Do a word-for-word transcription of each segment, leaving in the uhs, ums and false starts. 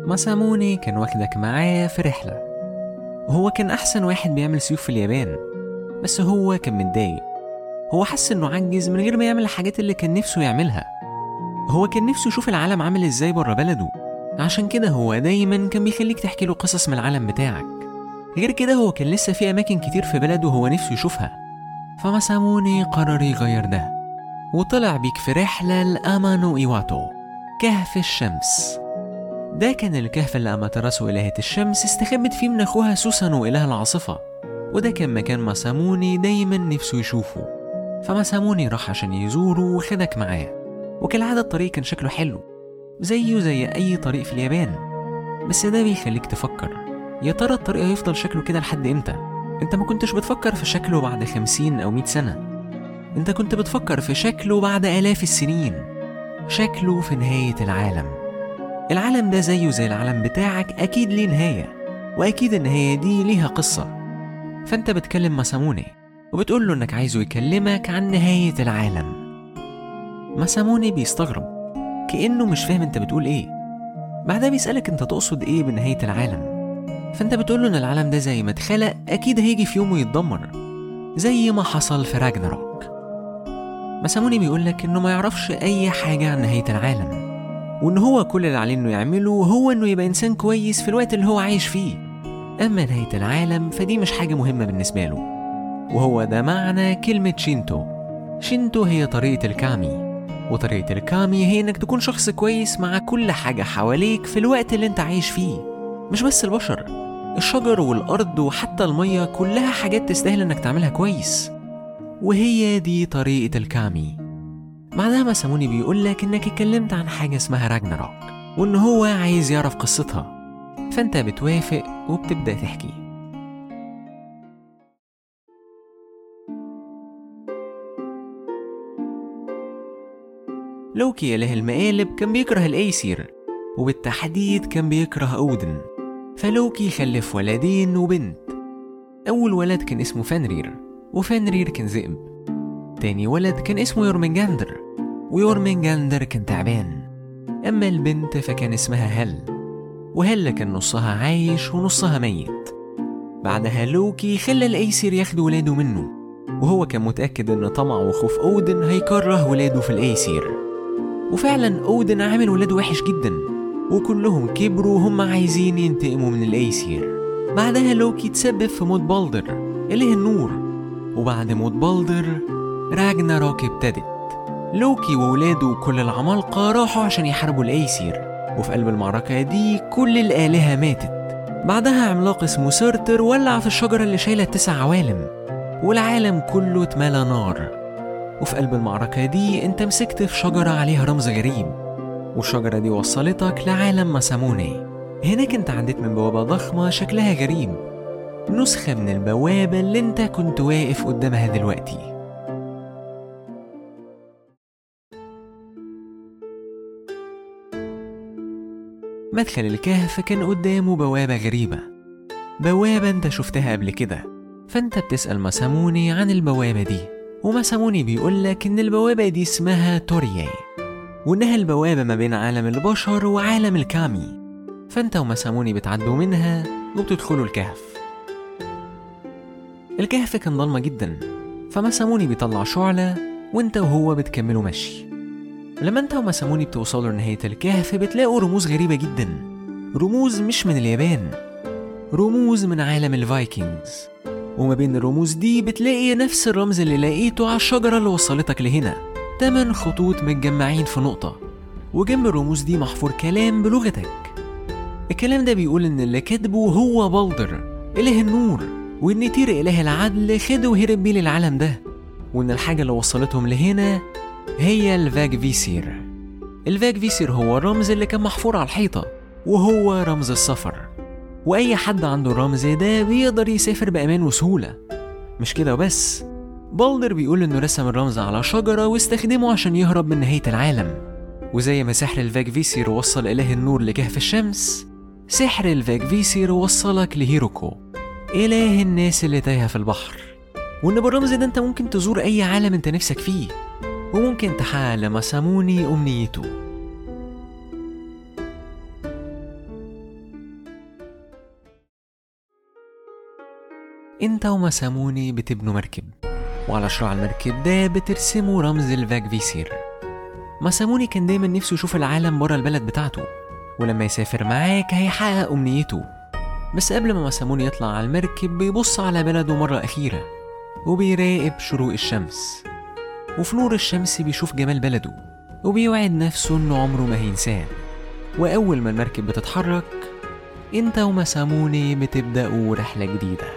ماساموني كان واخدك معاه في رحلة، وهو كان أحسن واحد بيعمل سيوف في اليابان، بس هو كان متضايق. هو حس إنه عجز من غير ما يعمل الحاجات اللي كان نفسه يعملها. هو كان نفسه يشوف العالم عامل إزاي برا بلده، عشان كده هو دايما كان بيخليك تحكي له قصص من العالم بتاعك. غير كده هو كان لسه في أماكن كتير في بلده هو نفسه يشوفها. فماساموني قرر يغير ده، وطلع بيك في رحلة لأمانو إيواتو، كهف الشمس. ده كان الكهف اللي أماتراسو إلهة الشمس استخبت فيه من أخوها سوسانو إله العاصفة، وده كان مكان ماساموني دايما نفسه يشوفه. فماساموني راح عشان يزوره وخدك معاه، وكالعادة الطريق كان شكله حلو زيه زي أي طريق في اليابان. بس ده بيخليك تفكر، يا ترى الطريق هيفضل شكله كده لحد إمتى؟ أنت ما كنتش بتفكر في شكله بعد خمسين أو مئة سنة، أنت كنت بتفكر في شكله بعد آلاف السنين، شكله في نهاية العالم. العالم ده زيه زي العالم بتاعك أكيد ليه نهاية، وأكيد النهاية دي ليها قصة. فأنت بتكلم ماساموني وبتقول له إنك عايزه يكلمك عن نهاية العالم. ماساموني بيستغرب كأنه مش فاهم أنت بتقول إيه. بعدها بيسألك أنت تقصد إيه بنهاية العالم. فأنت بتقول له إن العالم ده زي ما اتخلق أكيد هيجي في يوم ويتدمر، زي ما حصل في راجناروك. ماساموني بيقولك إنه ما يعرفش أي حاجة عن نهاية العالم، وإن هو كل اللي عليه إنه يعمله هو إنه يبقى إنسان كويس في الوقت اللي هو عايش فيه. أما نهاية العالم فدي مش حاجة مهمة بالنسبة له، وهو ده معنى كلمة شينتو. شينتو هي طريقة الكامي، وطريقة الكامي هي إنك تكون شخص كويس مع كل حاجة حواليك في الوقت اللي أنت عايش فيه. مش بس البشر، الشجر والأرض وحتى المية كلها حاجات تستاهل إنك تعملها كويس، وهي دي طريقة الكامي. بعدها ماساموني بيقولك إنك اتكلمت عن حاجة اسمها راجناروك، وإن هو عايز يعرف قصتها. فأنت بتوافق وبتبدأ تحكي. لوكي إله المقالب كان بيكره الأيسير، وبالتحديد كان بيكره أودن. فلوكي خلف ولدين وبنت. أول ولد كان اسمه فانرير، وفانرير كان ذئب. تاني ولد كان اسمه يورمنجاندر، ويورمنجاندر كان تعبان. أما البنت فكان اسمها هل، وهل كان نصها عايش ونصها ميت. بعدها لوكي خلى الأيسير ياخد ولاده منه، وهو كان متأكد إن طمع وخوف أودن هيكره ولاده في الأيسير. وفعلا أودن عامل ولاده وحش جدا، وكلهم كبروا وهم عايزين ينتقموا من الأيسير. بعدها لوكي تسبب في موت بالدر إله النور، وبعد موت بالدر راجناروك ابتدت. لوكي وولاده وكل العمالقة راحوا عشان يحاربوا الأيسير، وفي قلب المعركة دي كل الآلهة ماتت. بعدها عملاق اسمه سيرتر ولع في الشجرة اللي شايلة تسع عوالم، والعالم كله اتملى نار. وفي قلب المعركة دي انت مسكت في شجرة عليها رمز غريب، والشجرة دي وصلتك لعالم ماساموني. هناك انت عديت من بوابة ضخمة شكلها غريب، نسخة من البوابة اللي انت كنت واقف قدامها دلوقتي. مدخل الكهف كان قدامه بوابة غريبة، بوابة انت شفتها قبل كده. فانت بتسأل ماساموني عن البوابة دي، وماساموني بيقولك ان البوابة دي اسمها تورياي، وانها البوابة ما بين عالم البشر وعالم الكامي. فانت وماساموني بتعدوا منها وبتدخلوا الكهف. الكهف كان ضلمة جدا، فماساموني بيطلع شعلة وانت وهو بتكملوا مشي. لما انت وماساموني بتوصلوا لنهاية الكهف بتلاقوا رموز غريبة جدا، رموز مش من اليابان، رموز من عالم الفايكنجز. وما بين الرموز دي بتلاقي نفس الرمز اللي لقيته على الشجرة اللي وصلتك لهنا، تمن خطوط متجمعين في نقطة، وجنب الرموز دي محفور كلام بلغتك. الكلام ده بيقول ان اللي كاتبه هو بالدر إله النور، وان تير إله العدل خده وهرب بيه للعالم ده، وان الحاجة اللي وصلتهم لهنا هي الفاج فيسير. الفاج فيسير هو الرمز اللي كان محفور على الحيطة، وهو رمز السفر، وأي حد عنده الرمز ده بيقدر يسافر بأمان وسهولة. مش كده بس، بالدر بيقول إنه رسم الرمز على شجرة واستخدمه عشان يهرب من نهاية العالم. وزي ما سحر الفاج فيسير وصل إله النور لكهف الشمس، سحر الفاج فيسير وصلك لهيروكو، إله الناس اللي تايهة في البحر. وإن بالرمز ده أنت ممكن تزور أي عالم أنت نفسك فيه، وممكن تحقق لماساموني أمنيته. انت وماساموني بتبنوا مركب، وعلى شراع المركب ده بترسموا رمز الفاج فيسير. ماساموني كان دايما نفسه يشوف العالم برا البلد بتاعته، ولما يسافر معاك هيحقق أمنيته. بس قبل ما ماساموني يطلع على المركب بيبص على بلده مرة أخيرة وبيراقب شروق الشمس، وفي نور الشمس بيشوف جمال بلده وبيوعد نفسه إنه عمره ما هينساه. وأول ما المركب بتتحرك انت وماساموني بتبدأوا رحلة جديدة.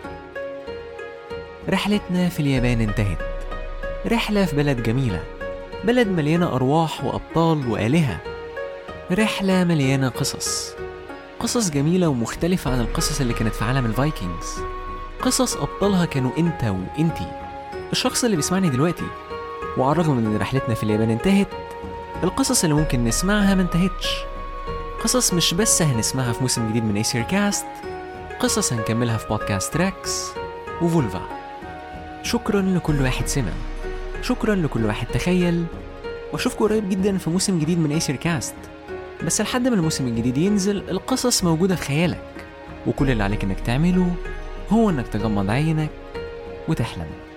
رحلتنا في اليابان انتهت، رحلة في بلد جميلة، بلد مليانة أرواح وأبطال وآلهة، رحلة مليانة قصص قصص جميلة ومختلفة عن القصص اللي كانت في عالم الفايكنجز. قصص أبطالها كانوا انت وانتي، الشخص اللي بيسمعني دلوقتي. وعلى الرغم من ان رحلتنا في اليابان انتهت، القصص اللي ممكن نسمعها ما انتهتش. قصص مش بس هنسمعها في موسم جديد من ايسير كاست، قصص هنكملها في بودكاست تراكس وفولفا. شكرا لكل واحد سمع، شكرا لكل واحد تخيل، واشوفكم قريب جدا في موسم جديد من ايسير كاست. بس لحد ما الموسم الجديد ينزل القصص موجودة في خيالك، وكل اللي عليك انك تعمله هو انك تغمض عينك وتحلم.